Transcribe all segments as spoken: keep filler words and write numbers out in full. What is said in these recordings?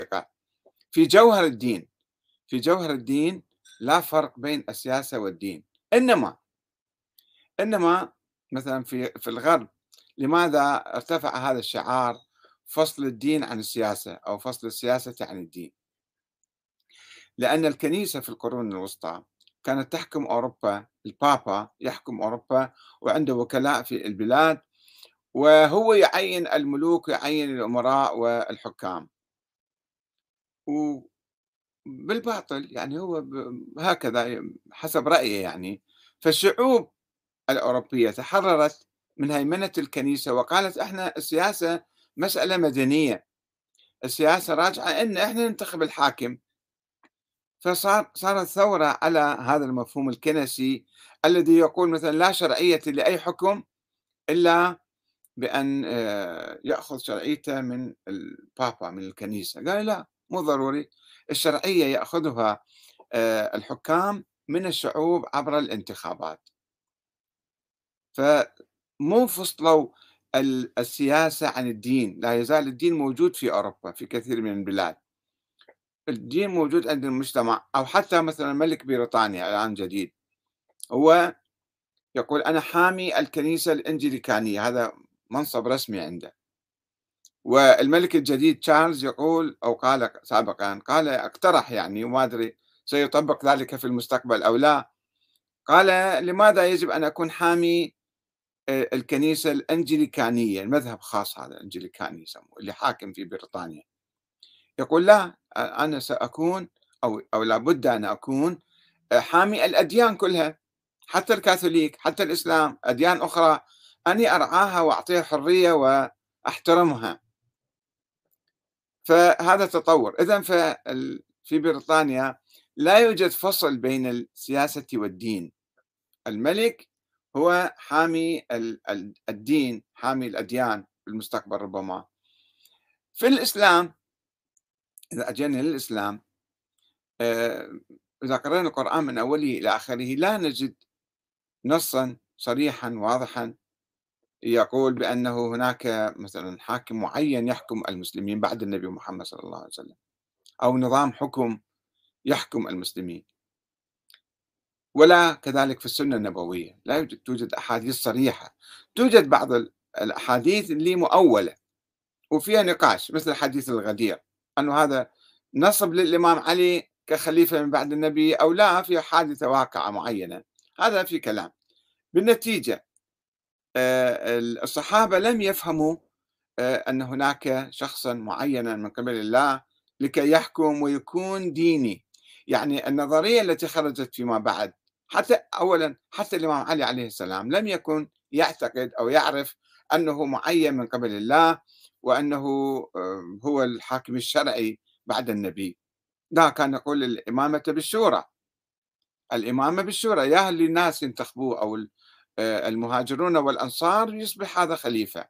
في جوهر الدين، في جوهر الدين لا فرق بين السياسة والدين، إنما إنما مثلًا في في الغرب لماذا ارتفع هذا الشعار فصل الدين عن السياسة أو فصل السياسة عن الدين؟ لأن الكنيسة في القرون الوسطى كانت تحكم أوروبا، البابا يحكم أوروبا وعنده وكلاء في البلاد، وهو يعيّن الملوك ويعيّن الأمراء والحكام، وبالباطل يعني هو ب هكذا ي حسب رأيه يعني، فالشعوب الأوروبية تحرّرت من هيمنة الكنيسة وقالت إحنا السياسة مسألة مدنية، السياسة راجعة إن إحنا ننتخب الحاكم. فصار صارت ثورة على هذا المفهوم الكنسي الذي يقول مثلًا لا شرعية لأي حكم إلا بأن آآ يأخذ شرعيته من البابا من الكنيسة، قال لا مو ضروري، الشرعية يأخذها آآ الحكام من الشعوب عبر الانتخابات، فمو فصلوا ال السياسة عن الدين، لا يزال الدين موجود في أوروبا في كثير من البلاد. الدين موجود عند المجتمع أو حتى مثلًا ملك بريطانيا الآن جديد، هو يقول أنا حامي الكنيسة الإنجليكانية، هذا منصب رسمي عنده، والملك الجديد تشارلز يقول أو قال سابقًا قال اقترح يعني وما أدري سيطبق ذلك في المستقبل أو لا، قال لماذا يجب أن أكون حامي آآ الكنيسة الأنجليكانية، المذهب خاص هذا الأنجليكاني يسموه اللي حاكم في بريطانيا. يقول لا أ أنا سأكون أو أو لابد أن أكون آآ حامي الأديان كلها، حتى الكاثوليك، حتى الإسلام، أديان أخرى، أني أرعاها وأعطيها حرية وأحترمها، فهذا تطور، إذًا فال في بريطانيا لا يوجد فصل بين السياسة والدين، الملك هو حامي ال ال الدين، حامي الأديان في المستقبل ربما. في الإسلام إذا أجينا للإسلام آآ إذا قرأنا القرآن من أوله إلى آخره لا نجد نصًا صريحًا واضحًا يقول بأنه هناك مثلًا حاكم معين يحكم المسلمين بعد النبي محمد صلى الله عليه وسلم، أو نظام حكم يحكم المسلمين، ولا كذلك في السنة النبوية، لا يوجد توجد أحاديث صريحة، توجد بعض ال الأحاديث اللي مؤولة وفيها نقاش مثل حديث الغدير، أنه هذا نصب للإمام علي كخليفة من بعد النبي أو لا في حادثة واقعة معينة، هذا في كلام. بالنتيجة آآ الصحابة لم يفهموا آآ أن هناك شخصًا معينًا من قبل الله لكي يحكم ويكون ديني، يعني النظرية التي خرجت فيما بعد حتى أولًا حتى الإمام علي عليه السلام لم يكن يعتقد أو يعرف أنه معين من قبل الله وأنه آآ هو الحاكم الشرعي بعد النبي، لا كان يقول الإمامة بالشورى. الإمامة بالشورى، يا اللي الناس ينتخبوه أو ال آآ المهاجرون والأنصار يصبح هذا خليفة،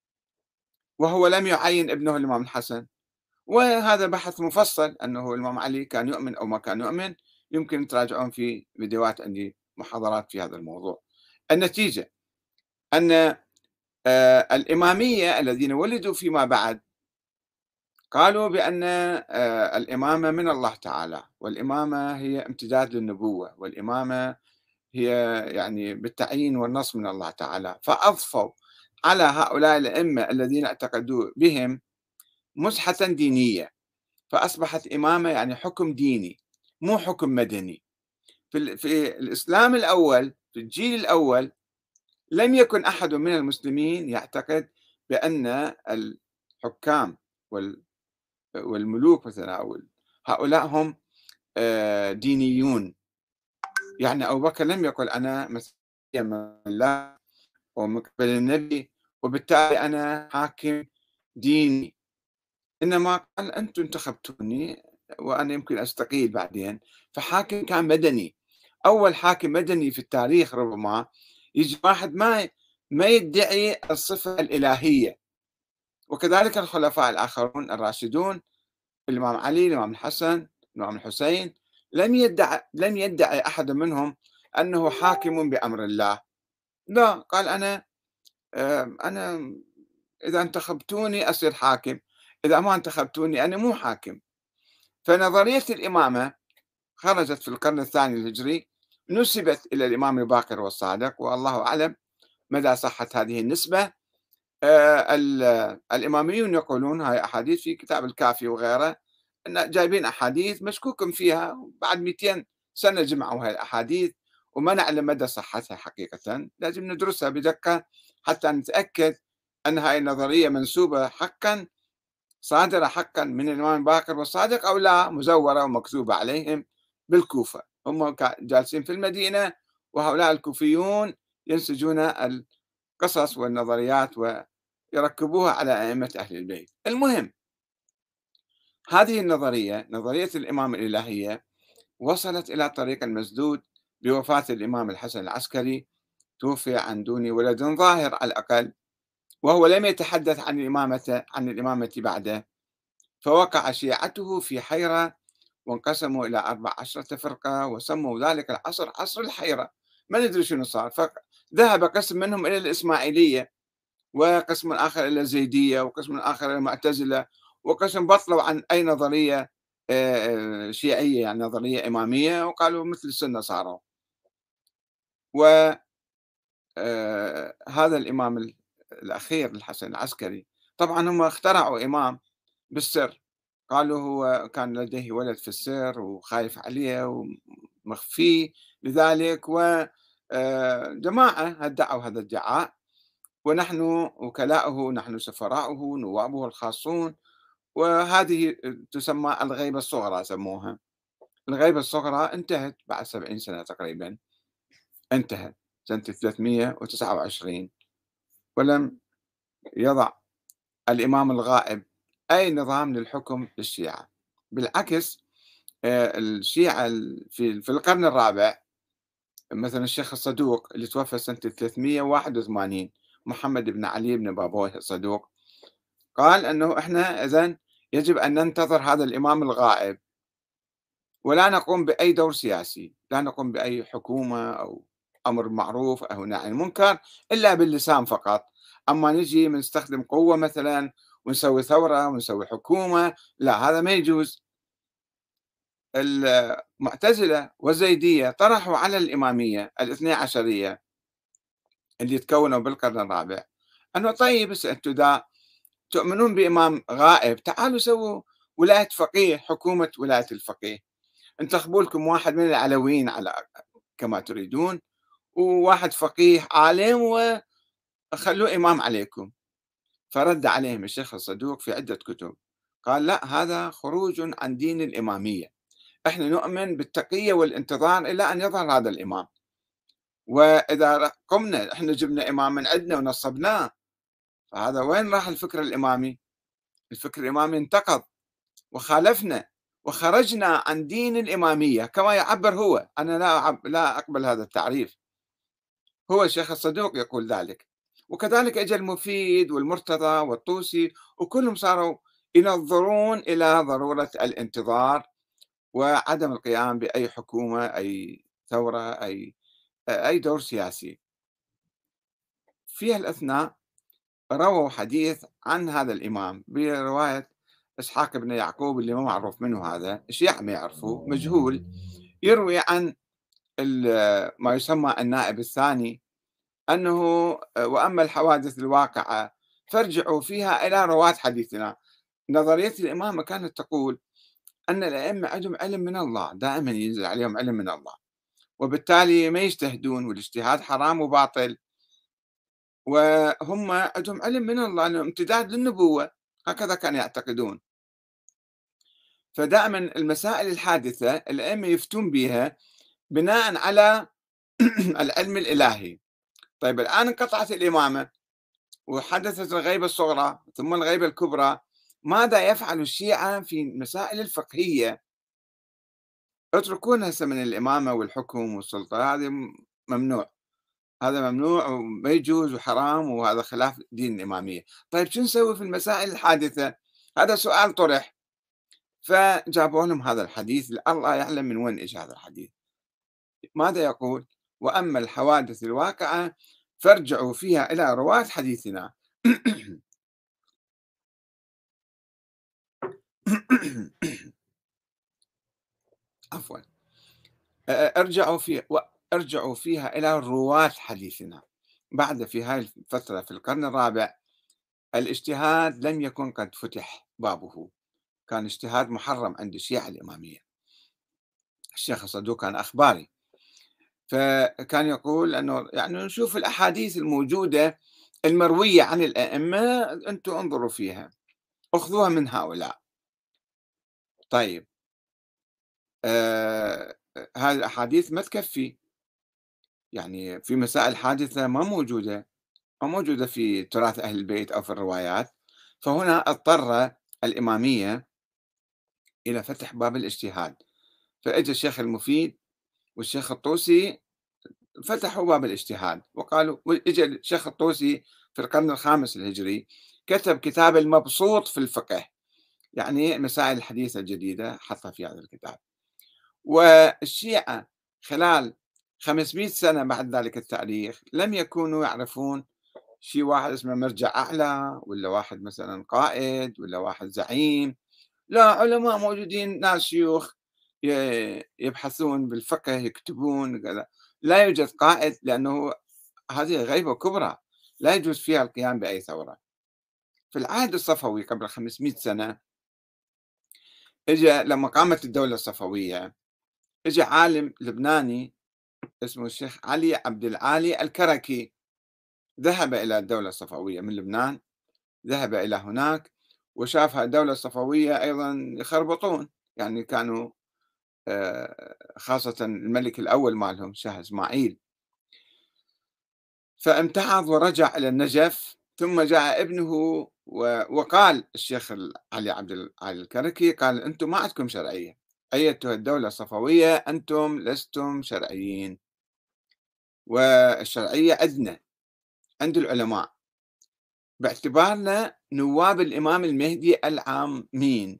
وهو لم يعيّن ابنه الإمام الحسن، وهذا بحث مفصل أنه الإمام علي كان يؤمن أو ما كان يؤمن، يمكن تراجعون في فيديوهات عندي محاضرات في هذا الموضوع. النتيجة أن آآ الإمامية الذين ولدوا فيما بعد قالوا بأن آآ الإمامة من الله تعالى، والإمامة هي امتداد للنبوة، والإمامة هي يعني بالتعيين والنص من الله تعالى، فأضفوا على هؤلاء الأئمة الذين اعتقدوا بهم مُزحة دينية، فأصبحت إمامة يعني حكم ديني مو حكم مدني. في ال في الإسلام الأول في الجيل الأول لم يكن أحد من المسلمين يعتقد بأن الحكام وال والملوك مثلًا أو ال هؤلاء هم آآ دينيون، يعني أبو بكر لم يقل أنا مسيحي من الله ومن قبل النبي وبالتالي أنا حاكم ديني، إنما قال أنتم انتخبتوني وأنا يمكن أستقيل بعدين، فحاكم كان مدني، أول حاكم مدني في التاريخ ربما يجي واحد ما ما يدعي الصفة الإلهية، وكذلك الخلفاء الآخرون الراشدون الإمام علي، الإمام الحسن، الإمام الحسين لم يدعي لم يدعي أحد منهم أنه حاكم بأمر الله، لا قال أنا آآ أنا إذا انتخبتوني أصير حاكم، إذا ما انتخبتوني أنا مو حاكم، فنظرية الإمامة خرجت في القرن الثاني الهجري، نسبت إلى الإمام الباقر والصادق، والله أعلم مدى صحة هذه النسبة. آآ ال الإماميون يقولون هاي أحاديث في كتاب الكافي وغيره، إن جايبين أحاديث مشكوك فيها، بعد مئتين سنة جمعوا هاي الأحاديث وما نعلم مدى صحتها حقيقةً، لازم ندرسها بدقة حتى نتأكد أن هاي النظرية منسوبة حقًا، صادرة حقًا من الإمام الباقر والصادق، أو لا مزورة ومكذوبة عليهم بالكوفة. هم ك جالسين في المدينة، وهؤلاء الكوفيون ينسجون القصص والنظريات ويركبوها على أئمة أهل البيت. المهم، هذه النظرية، نظرية الإمامة الإلهية، وصلت إلى طريق مسدود بوفاة الإمام الحسن العسكري، توفي عن دون ولد ظاهر على الأقل، وهو لم يتحدث عن الإمامة عن الإمامة بعده، فوقع شيعته في حيرة، وانقسموا إلى أربع عشرة فرقة، وسموا ذلك العصر عصر الحيرة. ما ندري شنو صار، فذهب قسم منهم إلى الإسماعيلية، وقسم آخر إلى الزيدية، وقسم آخر إلى المعتزلة، وقسم بطلوا عن أي نظرية آآ شيعية، يعني نظرية إمامية، وقالوا مثل السنة صاروا. و آآ هذا الإمام ال الأخير الحسن العسكري، طبعًا هم اخترعوا إمام بالسر، قالوا هو كان لديه ولد في السر وخايف عليه ومخفيه، لذلك و آآ جماعة ادعوا هذا الادعاء، ونحن وكلاؤه، نحن سفراؤه، نوابه الخاصون، وهذه تسمى الغيبة الصغرى سموها. الغيبة الصغرى انتهت بعد سبعين سنة تقريبًا، انتهت سنة ثلاثمئة وتسعة وعشرين، ولم يضع الإمام الغائب أي نظام للحكم للشيعة. بالعكس، آآ الشيعة ال في في القرن الرابع، مثلًا الشيخ الصدوق اللي توفى سنة ثلاثمئة وواحد وثمانين، محمد بن علي بن بابويه الصدوق، قال إنه إحنا إذًا يجب أن ننتظر هذا الإمام الغائب، ولا نقوم بأي دور سياسي، لا نقوم بأي حكومة أو أمر معروف أو نهي عن المنكر إلا باللسان فقط. أما نجي بنستخدم قوة مثلًا ونسوي ثورة ونسوي حكومة، لا، هذا ما يجوز. المعتزلة والزيدية طرحوا على الإمامية الاثني عشرية اللي تكونوا بالقرن الرابع أنه طيب هسه أنتم دا تؤمنون بإمام غائب، تعالوا سووا ولاية فقيه، حكومة ولاية الفقيه، انتخبوا لكم واحد من العلويين على كما تريدون، وواحد فقيه عالم وخلوه إمام عليكم. فرد عليهم الشيخ الصدوق في عدة كتب، قال لا، هذا خروج عن دين الإمامية، احنا نؤمن بالتقية والانتظار إلى أن يظهر هذا الإمام، وإذا قمنا احنا جبنا إمام من عندنا ونصبناه، فهذا وين راح الفكر الإمامي؟ الفكر الإمامي انتقض وخالفنا وخرجنا عن دين الإمامية كما يعبر هو. أنا لا أعب لا أقبل هذا التعريف، هو الشيخ الصدوق يقول ذلك، وكذلك اجى المفيد والمرتضى والطوسي، وكلهم صاروا ينظرون إلى ضرورة الانتظار وعدم القيام بأي حكومة، أي ثورة، أي أي دور سياسي. في الأثناء رووا حديث عن هذا الإمام برواية إسحاق بن يعقوب اللي ما معروف منه، هذا الشيعة ما يعرفوه، مجهول، يروي عن ال- ما يسمى النائب الثاني أنه وأما الحوادث الواقعة فارجعوا فيها إلى رواة حديثنا. نظرية الإمامة كانت تقول أن الأئمة عندهم علم من الله، دائما ينزل عليهم علم من الله، وبالتالي ما يجتهدون، والاجتهاد حرام وباطل، وهم عندهم علم من الله لأنه امتداد للنبوة، هكذا كانوا يعتقدون. فدائما المسائل الحادثة الأئمة يفتون بها بناء على العلم الإلهي. طيب الآن انقطعت الإمامة وحدثت الغيبة الصغرى ثم الغيبة الكبرى، ماذا يفعل الشيعة في المسائل الفقهية؟ اتركون هسه من الإمامة والحكم والسلطة، هذه ممنوع، هذا ممنوع وما يجوز وحرام، وهذا خلاف دين الإمامية. طيب شو نسوي في المسائل الحادثة؟ هذا سؤال طرح، فجابوا لهم هذا الحديث، الله يعلم من وين اجى هذا الحديث. ماذا يقول؟ وأما الحوادث الواقعة فارجعوا فيها إلى رواة حديثنا. عفوا أ- ارجعوا في و- ارجعوا فيها إلى رواة حديثنا. بعد في هاي الفترة في القرن الرابع الاجتهاد لم يكن قد فتح بابه، كان اجتهاد محرم عند الشيعة الإمامية. الشيخ الصدوق كان أخباري، فكان يقول أنه يعني نشوف الأحاديث الموجودة المروية عن الأئمة، أنتم انظروا فيها، أخذوها من هؤلاء. طيب آه هذه الأحاديث ما تكفي، يعني في مسائل حادثة ما موجودة، ما موجودة في تراث أهل البيت أو في الروايات. فهنا اضطر الإمامية إلى فتح باب الاجتهاد، فإجا الشيخ المفيد والشيخ الطوسي فتحوا باب الاجتهاد وقالوا. إجا الشيخ الطوسي في القرن الخامس الهجري كتب كتاب المبسوط في الفقه، يعني مسائل الحديثة الجديدة حطها في هذا الكتاب. والشيعة خلال خمسمئة سنة بعد ذلك التاريخ لم يكونوا يعرفون شيء واحد اسمه مرجع أعلى، ولا واحد مثلا قائد، ولا واحد زعيم. لا، علماء موجودين، ناس شيوخ ي- يبحثون بالفقه، يكتبون كذا. لا يوجد قائد، لأنه هذه غيبة كبرى لا يجوز فيها القيام بأي ثورة. في العهد الصفوي قبل خمسمئة سنة اجى لما قامت الدولة الصفوية، اجى عالم لبناني اسمه الشيخ علي عبد العالي الكركي، ذهب إلى الدولة الصفوية من لبنان، ذهب إلى هناك وشافها الدولة الصفوية أيضا يخربطون، يعني كانوا آه، خاصة الملك الأول مالهم شاه إسماعيل. فامتعض ورجع إلى النجف، ثم جاء ابنه وقال الشيخ علي عبد العالي الكركي، قال أنتم ما عندكم شرعية، أيتها الدولة الصفوية أنتم لستم شرعيين، والشرعية عندنا عند العلماء باعتبارنا نواب الإمام المهدي العامين.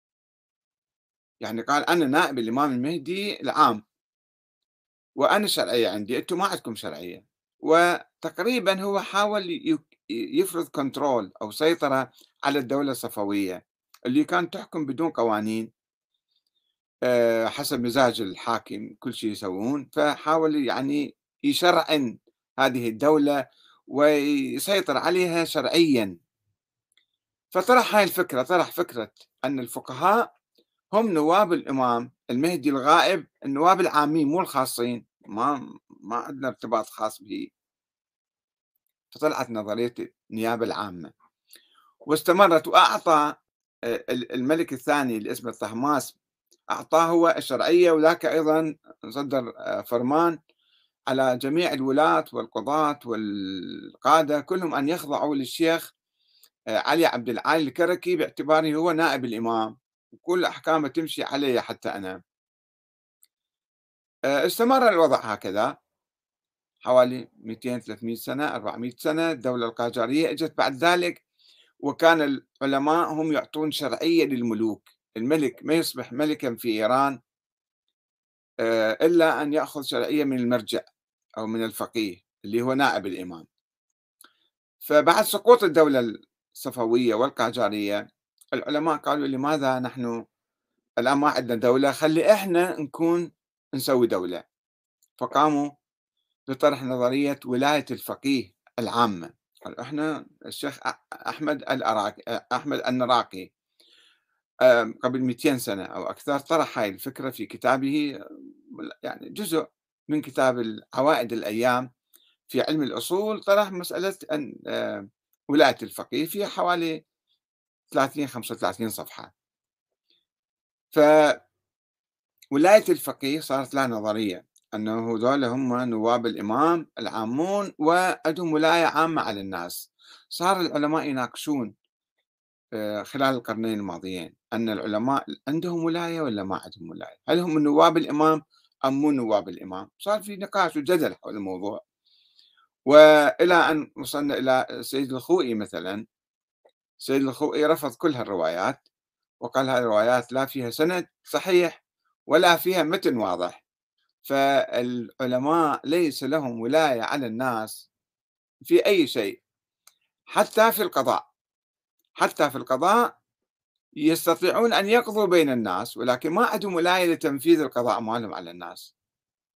يعني قال أنا نائب الإمام المهدي العام، وأنا شرعية عندي، أنتم ما عندكم شرعية. وتقريبا هو حاول يك- يفرض كنترول أو سيطرة على الدولة الصفوية اللي كانت تحكم بدون قوانين، آه، حسب مزاج الحاكم كل شيء يسوون. فحاول يعني يشرعن هذه الدولة ويسيطر عليها شرعيا. فطرح هاي الفكرة، طرح فكرة أن الفقهاء هم نواب الإمام المهدي الغائب، النواب العامين مو الخاصين، ما ما عندنا ارتباط خاص به. فطلعت نظرية النيابة العامة واستمرت، وأعطى آه، الملك الثاني اللي اسمه طهماس، أعطاه هو الشرعية، وذاك أيضا صدر آه، فرمان على جميع الولاة والقضاة والقادة كلهم أن يخضعوا للشيخ آه، علي عبد العالي الكركي باعتباره هو نائب الإمام، وكل أحكامه تمشي علي حتى أنا. آه، استمر الوضع هكذا حوالي مئتين ثلاثمئة سنة، أربعمئة سنة. الدولة القاجارية اجت بعد ذلك، وكان العلماء هم يعطون شرعية للملوك. الملك ما يصبح ملكا في إيران آه، إلا أن يأخذ شرعية من المرجع أو من الفقيه اللي هو نائب الإمام. فبعد سقوط الدولة الصفوية والقاجارية العلماء قالوا لماذا نحن الآن ما عندنا دولة، خلي إحنا نكون نسوي دولة. فقاموا بطرح نظرية ولاية الفقيه العامة. قال إحنا الشيخ أ- أحمد الأراكي أحمد النراقي آم، قبل مئتين سنة أو أكثر طرح هاي الفكرة في كتابه، يعني جزء من كتاب عوائد الأيام في علم الأصول. طرح مسألة أن آم، ولاية الفقيه في حوالي ثلاثين خمسة وثلاثين صفحة. فولاية الفقيه صارت لها نظرية أنه هذول هم نواب الإمام العامون وعندهم ولاية عامة على الناس. صار العلماء يناقشون آه، خلال القرنين الماضيين أن العلماء عندهم ولاية ولا ما عندهم ولاية، هل هم نواب الإمام أم مو نواب الإمام. صار في نقاش وجدل حول الموضوع، وإلى أن وصلنا إلى سيد الخوئي مثلا. سيد الخوئي رفض كل هالروايات وقال هذه الروايات لا فيها سند صحيح ولا فيها متن واضح، فالعلماء ليس لهم ولاية على الناس في أي شيء، حتى في القضاء. حتى في القضاء يستطيعون أن يقضوا بين الناس ولكن ما عندهم ولاية لتنفيذ القضاء مالهم على الناس.